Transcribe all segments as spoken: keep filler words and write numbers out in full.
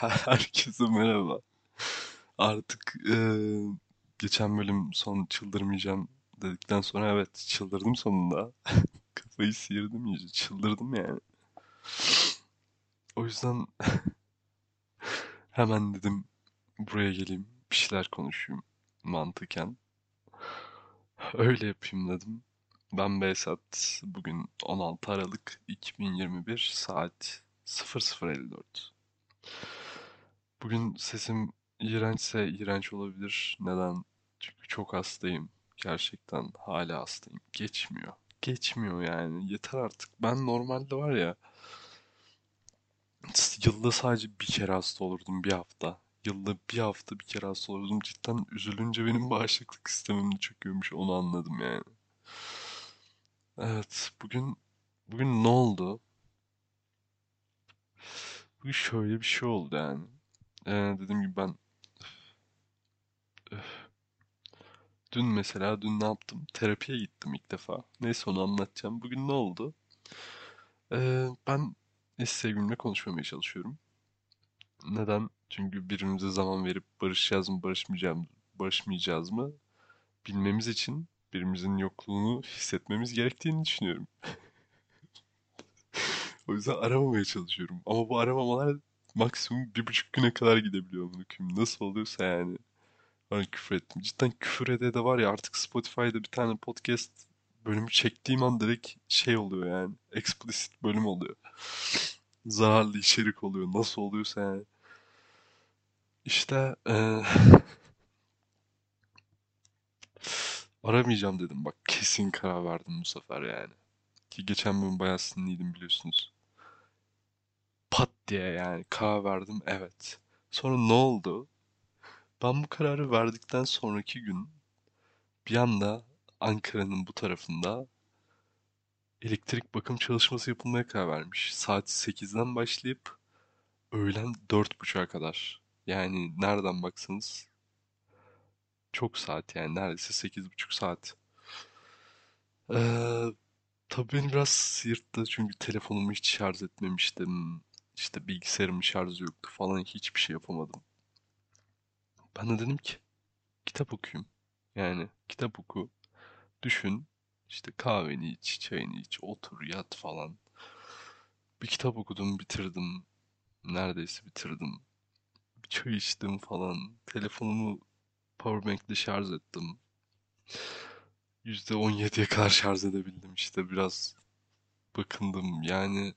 Herkese merhaba. Artık eee, geçen bölüm son çıldırmayacağım dedikten sonra evet çıldırdım sonunda. Kafayı sıyırdım iyice. Çıldırdım yani. O yüzden hemen dedim buraya geleyim bir şeyler konuşayım mantıken. Öyle yapayım dedim. Ben Behzat. Bugün on altı Aralık iki bin yirmi bir saat sıfır sıfır elli dört. Bugün sesim iğrençse iğrenç olabilir. Neden? Çünkü çok hastayım. Gerçekten hala hastayım. Geçmiyor. Geçmiyor yani. Yeter artık. Ben normalde var ya yılda sadece bir kere hasta olurdum bir hafta. Yılda bir hafta bir kere hasta olurdum. Cidden üzülünce benim bağışıklık sistemim de çöküyormuş. Onu anladım yani. Evet. Bugün bugün ne oldu? Bugün şöyle bir şey oldu yani. Ee, dediğim gibi ben dün mesela dün ne yaptım? Terapiye gittim ilk defa. Neyse onu anlatacağım. Bugün ne oldu? Ee, ben eski sevgilimle konuşmamaya çalışıyorum. Neden? Çünkü birbirimize zaman verip barışacağız mı, barışmayacağız, barışmayacağız mı bilmemiz için birbirimizin yokluğunu hissetmemiz gerektiğini düşünüyorum. O yüzden aramamaya çalışıyorum. Ama bu aramamalar maksimum bir buçuk güne kadar gidebiliyor bunu kim nasıl oluyorsa yani. Ben küfür ettim. Cidden küfür ede de var ya artık Spotify'da bir tane podcast bölümü çektiğim an direkt şey oluyor yani. Explicit bölüm oluyor. Zararlı içerik oluyor. Nasıl oluyorsa yani. İşte eee, aramayacağım dedim. Bak kesin karar verdim bu sefer yani. Ki geçen gün bayağı sinirliydim biliyorsunuz. Pat diye yani karar verdim evet. Sonra ne oldu? Ben bu kararı verdikten sonraki gün bir anda Ankara'nın bu tarafında elektrik bakım çalışması yapılmaya karar vermiş. Saat sekizden başlayıp öğlen dört buçuğa kadar. Yani nereden baksanız çok saat yani neredeyse sekiz buçuk saat. Ee, tabii beni biraz sıyırttı çünkü telefonumu hiç şarj etmemiştim. İşte bilgisayarımın şarjı yoktu falan hiçbir şey yapamadım. Ben de dedim ki kitap okuyayım. Yani kitap oku, düşün, işte kahveni iç, çayını iç, otur, yat falan. Bir kitap okudum, bitirdim. Neredeyse bitirdim. Bir çay içtim falan. Telefonumu powerbank'le şarj ettim. yüzde on yediye kadar şarj edebildim işte biraz bakındım. Yani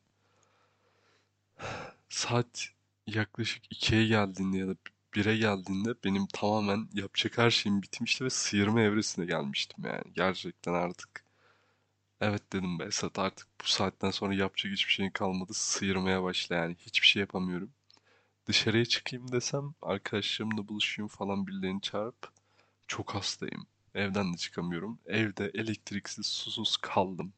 saat yaklaşık ikiye geldiğinde ya da bire geldiğinde benim tamamen yapacak her şeyim bitmişti ve sıyırma evresine gelmiştim yani. Gerçekten artık evet dedim be Esat artık bu saatten sonra yapacak hiçbir şeyin kalmadı. Sıyırmaya başla yani. Hiçbir şey yapamıyorum. Dışarıya çıkayım desem arkadaşlarımla buluşayım falan birilerini çağırıp çok hastayım. Evden de çıkamıyorum. Evde elektriksiz, susuz kaldım.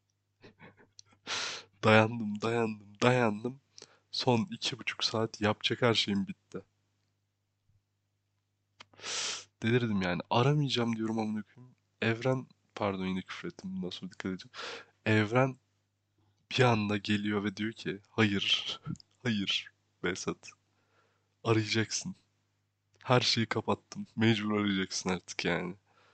Dayandım, dayandım, dayandım. Son iki buçuk saat yapacak her şeyim bitti. Delirdim yani. Aramayacağım diyorum amına koyayım. Evren, pardon yine küfür ettim. Bundan sonra dikkat edeceğim. Evren bir anda geliyor ve diyor ki hayır, hayır Behzat. Arayacaksın. Her şeyi kapattım. Mecbur arayacaksın artık yani.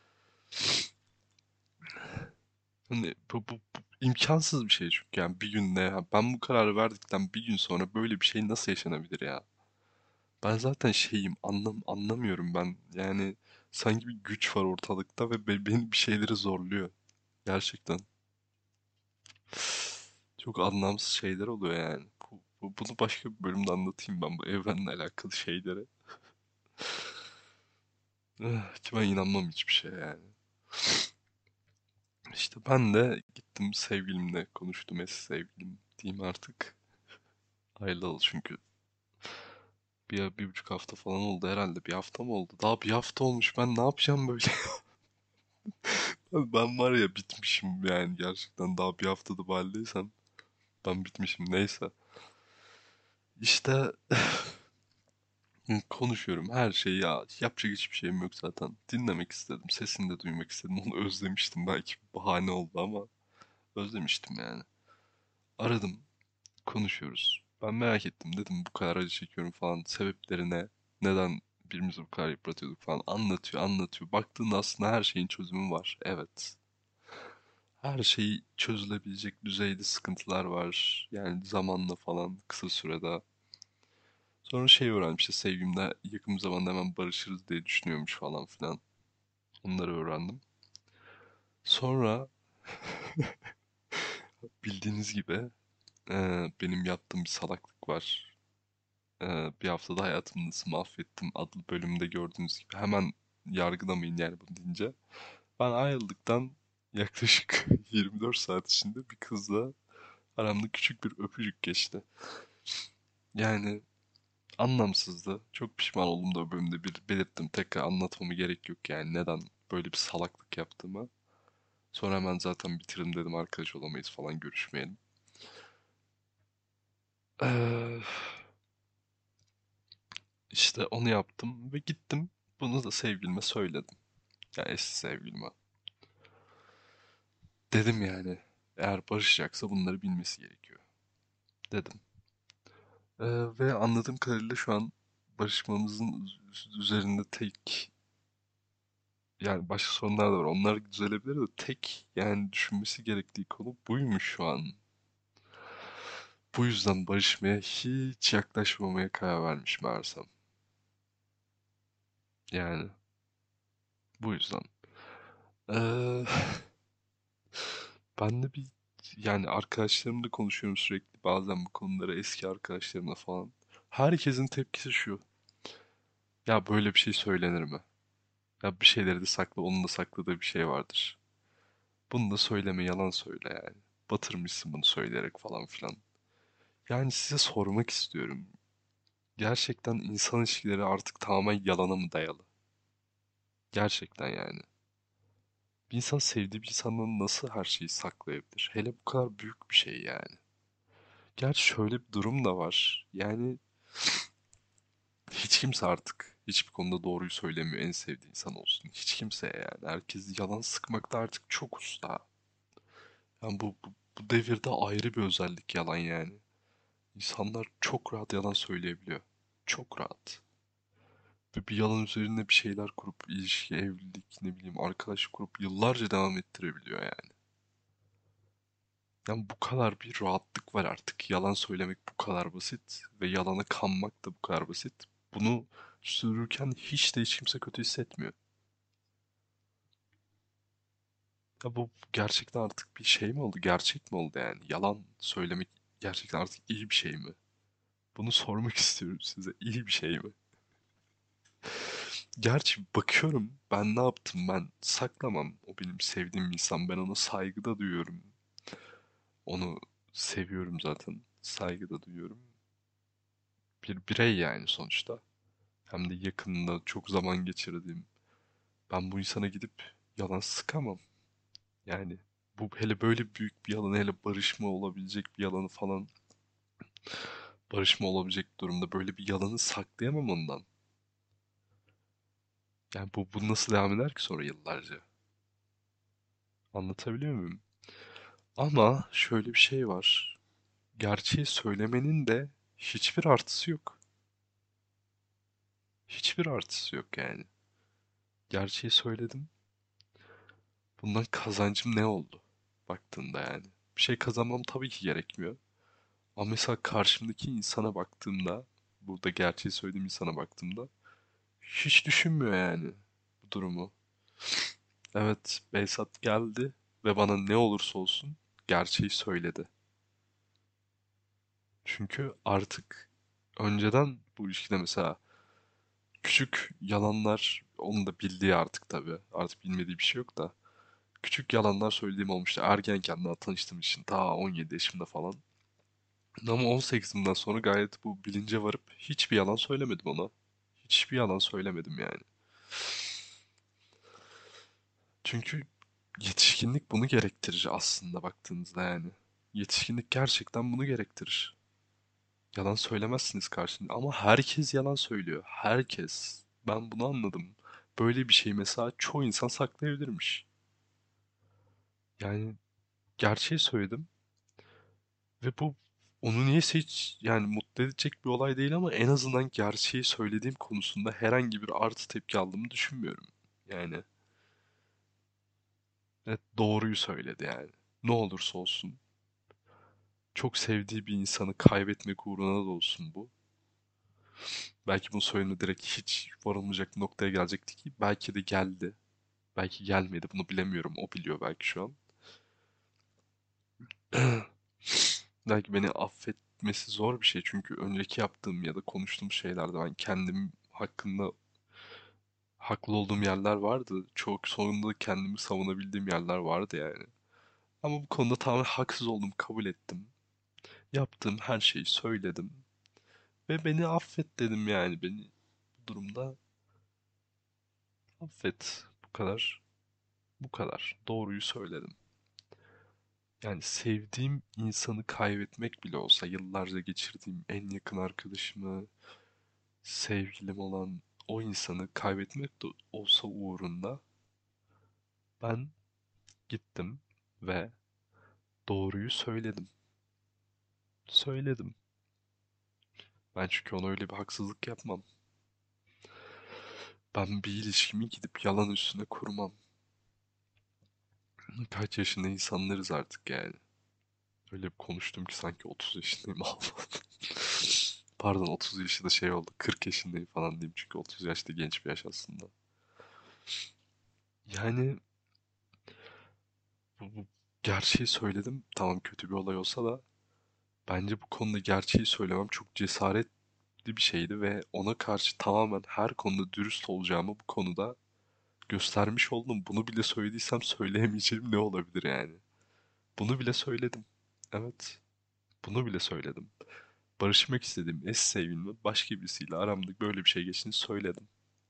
Hani bu, bu, bu imkansız bir şey çünkü yani bir günde ya ben bu kararı verdikten bir gün sonra böyle bir şey nasıl yaşanabilir ya? Ben zaten şeyim anlam anlamıyorum ben yani sanki bir güç var ortalıkta ve be- beni bir şeyleri zorluyor gerçekten. Çok anlamsız şeyler oluyor yani. Bu, bu- bunu başka bir bölümde anlatayım ben bu evrenle alakalı şeyleri. Eh, Ki ben inanmam hiçbir şey yani. İşte ben de gittim sevgilimle konuştum eski sevgilim diyeyim artık. Hayırlı çünkü bir, bir buçuk hafta falan oldu herhalde. Bir hafta mı oldu? Daha bir hafta olmuş. Ben ne yapacağım böyle? Ben var ya bitmişim yani gerçekten. Daha bir haftada bu haldeysem ben bitmişim. Neyse. İşte konuşuyorum her şeyi ya. Yapacak hiçbir şeyim yok zaten. Dinlemek istedim. Sesini de duymak istedim. Onu özlemiştim. Belki bir bahane oldu ama özlemiştim yani. Aradım. Konuşuyoruz. Ben merak ettim, dedim bu kadar acı çekiyorum falan. Sebepleri ne? Neden birbirimizi bu kadar yıpratıyorduk falan. Anlatıyor, anlatıyor. Baktığında aslında her şeyin çözümü var. Evet. Her şey çözülebilecek düzeyde sıkıntılar var. Yani zamanla falan, kısa sürede. Sonra şey öğrendim, işte sevgimle yakın bir zamanda hemen barışırız diye düşünüyormuş falan filan. Onları öğrendim. Sonra bildiğiniz gibi eee, benim yaptığım bir salaklık var. Eee, bir haftada hayatımı nasıl mahvettim adlı bölümde gördüğünüz gibi. Hemen yargılamayın yani bunu deyince. Ben ayrıldıktan yaklaşık yirmi dört saat içinde bir kızla aramda küçük bir öpücük geçti. Yani anlamsızdı. Çok pişman oldum da o bölümde bir belirttim. Tekrar anlatmama gerek yok yani neden böyle bir salaklık yaptığımı. Sonra hemen zaten bitiririm dedim, arkadaş olamayız falan, görüşmeyelim. Ee, işte onu yaptım ve gittim. Bunu da sevgilime söyledim. Yani eski sevgilime. Dedim yani eğer barışacaksa bunları bilmesi gerekiyor. Dedim. Ee, ve anladığım kadarıyla şu an barışmamızın üz- üzerinde tek, yani başka sorunlar da var. Onlar düzelebilir de tek yani düşünmesi gerektiği konu buymuş şu an. Bu yüzden barışmaya hiç yaklaşmamaya karar vermiş meğersem. Yani bu yüzden. Ee, ben de bir, yani arkadaşlarımla konuşuyorum sürekli bazen bu konuları, eski arkadaşlarımla falan. Herkesin tepkisi şu: ya böyle bir şey söylenir mi? Ya bir şeyleri de sakla, onun da sakladığı bir şey vardır. Bunu da söyleme, yalan söyle yani. Batırmışsın bunu söyleyerek falan filan. Yani size sormak istiyorum. Gerçekten insan ilişkileri artık tamamen yalana mı dayalı? Gerçekten yani. Bir insan sevdiği bir insandan nasıl her şeyi saklayabilir? Hele bu kadar büyük bir şey yani. Gerçi şöyle bir durum da var. Yani hiç kimse artık hiçbir konuda doğruyu söylemiyor, en sevdiği insan olsun. Hiç kimse yani. Herkes yalan sıkmakta artık çok usta. Yani bu, bu, bu devirde ayrı bir özellik yalan yani. İnsanlar çok rahat yalan söyleyebiliyor. Çok rahat. Ve bir yalan üzerine bir şeyler kurup ilişki, evlilik, ne bileyim arkadaşlık kurup yıllarca devam ettirebiliyor yani. Yani bu kadar bir rahatlık var artık. Yalan söylemek bu kadar basit ve yalana kanmak da bu kadar basit. Bunu sürdürürken hiç de hiç kimse kötü hissetmiyor. Ya bu gerçekten artık bir şey mi oldu? Gerçek mi oldu yani? Yalan söylemek gerçekten artık iyi bir şey mi? Bunu sormak istiyorum size. İyi bir şey mi? Gerçi bakıyorum, ben ne yaptım, ben saklamam. O benim sevdiğim bir insan. Ben ona saygı da duyuyorum. Onu seviyorum zaten. Saygı da duyuyorum. Bir birey yani sonuçta. Hem de yakınında çok zaman geçirdiğim. Ben bu insana gidip yalan sıkamam. Yani bu hele böyle büyük bir yalan, hele barışma olabilecek bir yalanı falan, barışma olabilecek durumda böyle bir yalanı saklayamam ondan. Yani bu, bu nasıl devam eder ki sonra yıllarca? Anlatabiliyor muyum? Ama şöyle bir şey var. Gerçeği söylemenin de hiçbir artısı yok. Hiçbir artısı yok yani. Gerçeği söyledim. Bundan kazancım ne oldu? Baktığında yani. Bir şey kazanmam tabii ki gerekmiyor. Ama mesela karşımdaki insana baktığımda, burada gerçeği söylediğim insana baktığımda hiç düşünmüyor yani bu durumu. Evet, Behzat geldi ve bana ne olursa olsun gerçeği söyledi. Çünkü artık önceden bu ilişkide mesela küçük yalanlar, onun da bildiği artık tabii. Artık bilmediği bir şey yok da. Küçük yalanlar söylediğim olmuştu. Ergenken daha tanıştığım için. Ta on yedi yaşımda falan. Ama on sekizimden sonra gayet bu bilince varıp hiçbir yalan söylemedim ona. Hiçbir yalan söylemedim yani. Çünkü yetişkinlik bunu gerektirir aslında baktığınızda yani. Yetişkinlik gerçekten bunu gerektirir. Yalan söylemezsiniz karşında ama herkes yalan söylüyor. Herkes. Ben bunu anladım. Böyle bir şey mesela çoğu insan saklayabilirmiş. Yani gerçeği söyledim ve bu onu niyeyse hiç yani mutlu edecek bir olay değil ama en azından gerçeği söylediğim konusunda herhangi bir artı tepki aldığımı düşünmüyorum. Yani evet, doğruyu söyledi yani. Ne olursa olsun. Çok sevdiği bir insanı kaybetmek uğruna da olsun bu. Belki bunu söylediğinde direkt hiç varılmayacak bir noktaya gelecekti ki belki de geldi. Belki gelmedi, bunu bilemiyorum. O biliyor belki şu an. Belki beni affetmesi zor bir şey çünkü önceki yaptığım ya da konuştuğum şeylerde ben kendim hakkında haklı olduğum yerler vardı. Çok sonunda kendimi savunabildiğim yerler vardı yani. Ama bu konuda tamamen haksız oldum, kabul ettim. Yaptığım her şeyi söyledim ve beni affet dedim yani. Beni bu durumda affet. Bu kadar. Bu kadar. Doğruyu söyledim. Yani sevdiğim insanı kaybetmek bile olsa, yıllarca geçirdiğim en yakın arkadaşımı, sevgilim olan o insanı kaybetmek de olsa uğrunda ben gittim ve doğruyu söyledim. Söyledim. Ben çünkü ona öyle bir haksızlık yapmam. Ben bir ilişkimi gidip yalan üstüne kurmam. Kaç yaşında insanlarız artık yani. Öyle bir konuştum ki sanki otuz yaşındayım. Pardon, otuz yaşında şey oldu. kırk yaşındayım falan diyeyim çünkü otuz yaşta genç bir yaş aslında. Yani bu, bu gerçeği söyledim. Tamam, kötü bir olay olsa da bence bu konuda gerçeği söylemem çok cesaretli bir şeydi ve ona karşı tamamen her konuda dürüst olacağımı bu konuda göstermiş oldum. Bunu bile söylediysem söyleyemeyeceğim ne olabilir yani? Bunu bile söyledim. Evet, bunu bile söyledim. Barışmak istediğim eski sevgilime başka birisiyle aramda böyle bir şey geçtiğini söyledim.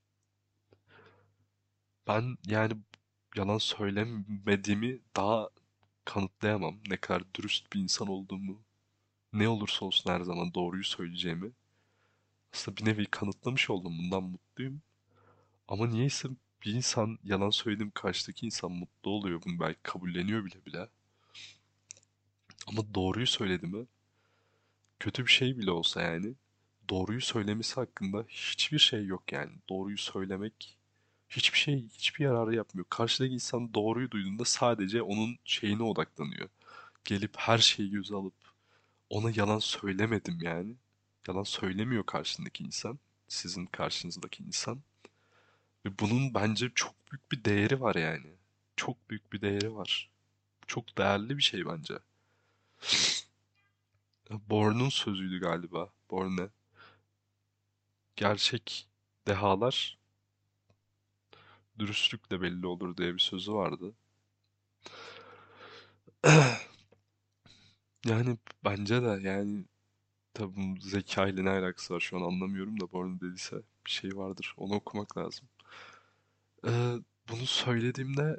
Ben yani yalan söylemediğimi daha kanıtlayamam. Ne kadar dürüst bir insan olduğumu, ne olursa olsun her zaman doğruyu söyleyeceğimi. Aslında bir nevi kanıtlamış oldum. Bundan mutluyum. Ama niyeyse bir insan yalan söylediğim karşıdaki insan mutlu oluyor. Bunu belki kabulleniyor bile bile. Ama doğruyu söyledi mi? Kötü bir şey bile olsa yani. Doğruyu söylemesi hakkında hiçbir şey yok yani. Doğruyu söylemek hiçbir şey, hiçbir yararı yapmıyor. Karşıdaki insan doğruyu duyduğunda sadece onun şeyine odaklanıyor. Gelip her şeyi göze alıp ona yalan söylemedim yani. Yalan söylemiyor karşındaki insan. Sizin karşınızdaki insan. Ve bunun bence çok büyük bir değeri var yani. Çok büyük bir değeri var. Çok değerli bir şey bence. Born'un sözüydü galiba. Borne. Gerçek dehalar dürüstlükle belli olur diye bir sözü vardı. Yani bence de yani tabi bunun zeka ile ne alakası var şu an anlamıyorum da Born dediyse bir şey vardır. Onu okumak lazım. Ee, bunu söylediğimde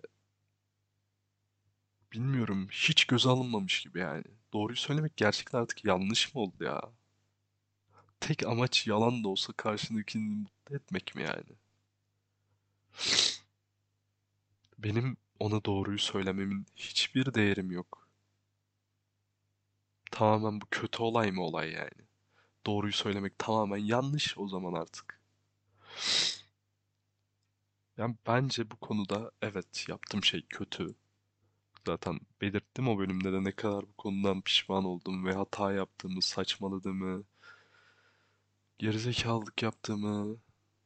bilmiyorum, hiç göze alınmamış gibi yani. Doğruyu söylemek gerçekten artık yanlış mı oldu ya? Tek amaç yalan da olsa karşındakini mutlu etmek mi yani? Benim ona doğruyu söylememin hiçbir değerim yok. Tamamen bu kötü olay mı olay yani? Doğruyu söylemek tamamen yanlış o zaman artık. Yani bence bu konuda evet, yaptığım şey kötü. Zaten belirttim o bölümde de ne kadar bu konudan pişman oldum ve hata yaptığımı, saçmaladığımı, gerizekalılık yaptığımı.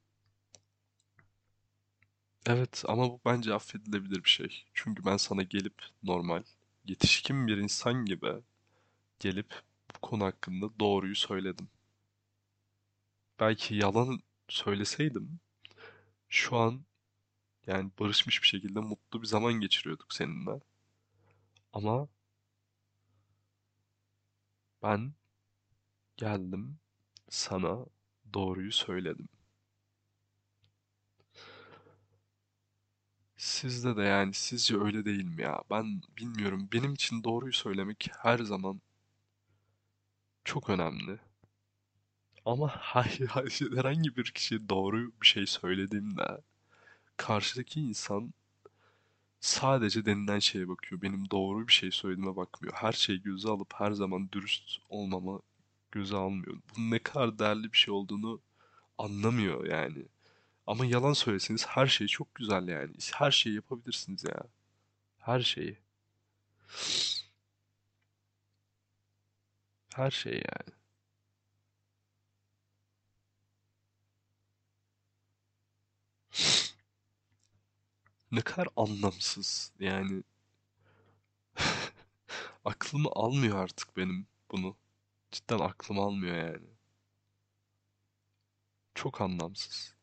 Evet ama bu bence affedilebilir bir şey. Çünkü ben sana gelip normal, yetişkin bir insan gibi gelip bu konu hakkında doğruyu söyledim. Belki yalan söyleseydim şu an yani barışmış bir şekilde mutlu bir zaman geçiriyorduk seninle. Ama ben geldim sana doğruyu söyledim. Sizde de yani sizce öyle değil mi ya? Ben bilmiyorum. Benim için doğruyu söylemek her zaman çok önemli. Ama hayır, hayır, herhangi bir kişiye doğru bir şey söylediğimde karşıdaki insan Sadece denilen şeye bakıyor. Benim doğru bir şey söylediğime bakmıyor. Her şeyi göze alıp her zaman dürüst olmama göze almıyor. Bunun ne kadar değerli bir şey olduğunu anlamıyor yani. Ama yalan söyleseniz her şey çok güzel yani. Her şeyi yapabilirsiniz ya. Her şeyi. Her şey yani. Ne kadar anlamsız. Yani aklımı almıyor artık benim bunu. Cidden aklım almıyor yani. Çok anlamsız.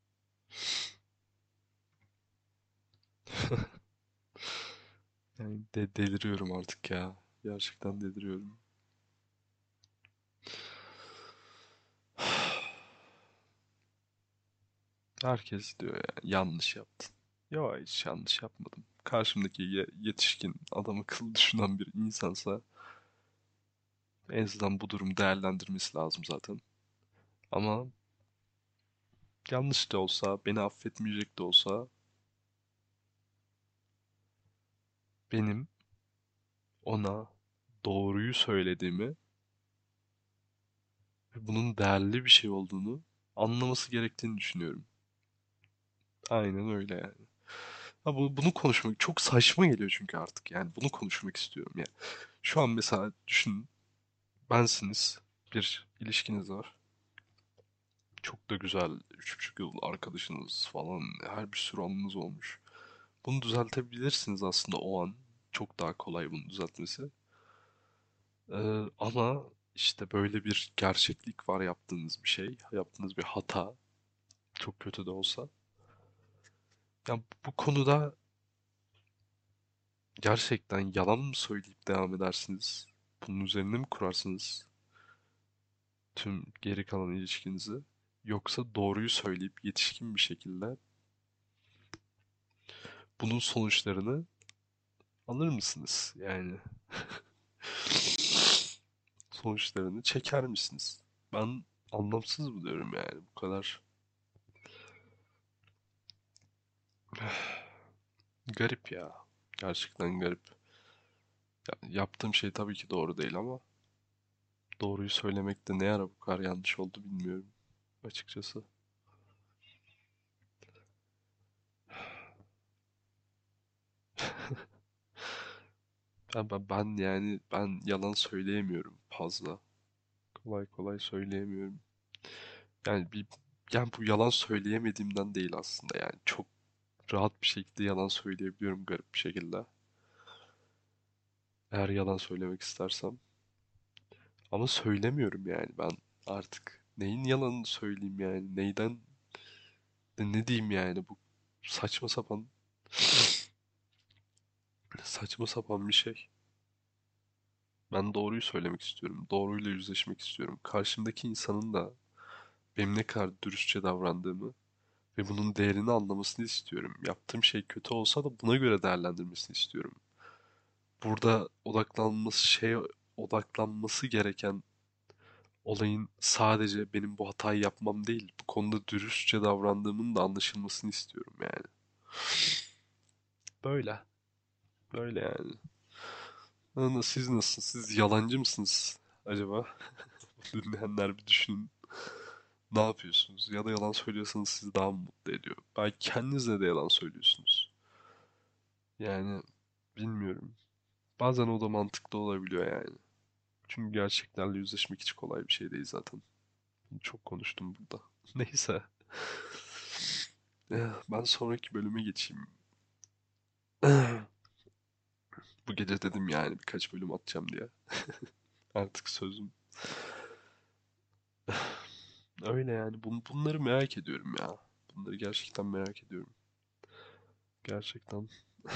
Yani de deliriyorum artık ya. Gerçekten deliriyorum. Herkes diyor ya yanlış yaptın. Yo hiç yanlış yapmadım. Karşımdaki ye- yetişkin adam akıllı düşünen bir insansa en azından bu durum değerlendirmesi lazım zaten. Ama yanlış da olsa, beni affetmeyecek de olsa benim ona doğruyu söylediğimi ve bunun değerli bir şey olduğunu anlaması gerektiğini düşünüyorum. Aynen öyle yani. Ha bu, bunu konuşmak çok saçma geliyor çünkü artık yani bunu konuşmak istiyorum yani. Şu an mesela düşünün bensiniz bir ilişkiniz var. Çok da güzel üç buçuk yıl arkadaşınız falan her bir sürü anınız olmuş. Bunu düzeltebilirsiniz aslında o an. Çok daha kolay bunu düzeltmesi. Ee, ama işte böyle bir gerçeklik var yaptığınız bir şey. Yaptığınız bir hata. Çok kötü de olsa. Ya bu konuda gerçekten yalan mı söyleyip devam edersiniz? Bunun üzerine mi kurarsınız tüm geri kalan ilişkinizi? Yoksa doğruyu söyleyip yetişkin bir şekilde bunun sonuçlarını alır mısınız? Yani sonuçlarını çeker misiniz? Ben anlamsız buluyorum yani bu kadar. Garip ya. Gerçekten garip. Ya, yaptığım şey tabii ki doğru değil ama doğruyu söylemekte ne ara bu kadar yanlış oldu bilmiyorum açıkçası. Ben, ben, ben yani ben yalan söyleyemiyorum fazla. Kolay kolay söyleyemiyorum. Yani bir yani bu yalan söyleyemediğimden değil aslında yani çok rahat bir şekilde yalan söyleyebiliyorum garip bir şekilde. Eğer yalan söylemek istersem. Ama söylemiyorum yani ben artık. Neyin yalanını söyleyeyim yani? Neyden ne ne diyeyim yani bu saçma sapan saçma sapan bir şey. Ben doğruyu söylemek istiyorum. Doğruyla yüzleşmek istiyorum. Karşımdaki insanın da benim ne kadar dürüstçe davrandığımı ve bunun değerini anlamasını istiyorum. Yaptığım şey kötü olsa da buna göre değerlendirmesini istiyorum. Burada odaklanması şey odaklanması gereken olayın sadece benim bu hatayı yapmam değil, bu konuda dürüstçe davrandığımın da anlaşılmasını istiyorum yani. Böyle. Böyle yani. Ama siz nasılsınız? Siz yalancı mısınız acaba? Dinleyenler bir düşünün. Ne yapıyorsunuz? Ya da yalan söylüyorsanız sizi daha mı mutlu ediyor? Belki kendinizle de yalan söylüyorsunuz. Yani bilmiyorum. Bazen o da mantıklı olabiliyor yani. Çünkü gerçeklerle yüzleşmek hiç kolay bir şey değil zaten. Çok konuştum burada. Neyse. Eh, Ben sonraki bölüme geçeyim. Bu gece dedim yani birkaç bölüm atacağım diye. Artık sözüm. Öyle yani. Bun bunları merak ediyorum ya. Bunları gerçekten merak ediyorum. Gerçekten.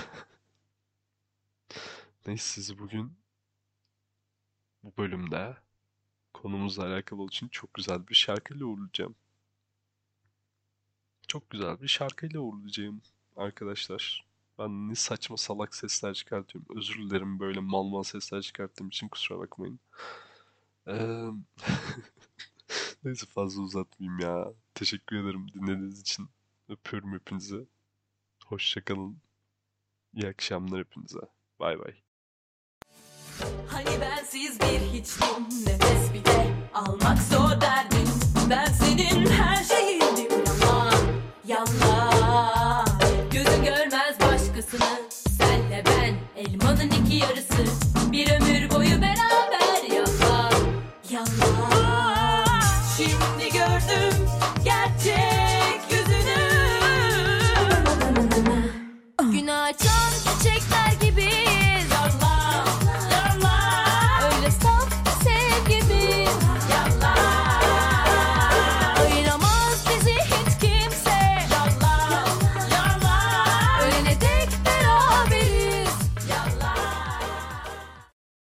Neyse sizi bugün bu bölümde konumuzla alakalı olduğu için çok güzel bir şarkıyla uğurlayacağım. Çok güzel bir şarkıyla uğurlayacağım arkadaşlar. Ben ne saçma salak sesler çıkartıyorum. Özür dilerim böyle mal mal sesler çıkarttığım için kusura bakmayın. Eee, Neyse fazla uzatmayayım ya. Teşekkür ederim dinlediğiniz için. Öpüyorum hepinizi. Hoşça kalın. İyi akşamlar hepinize. Bay bay. Hani bensiz bir hiçtim, nefes bile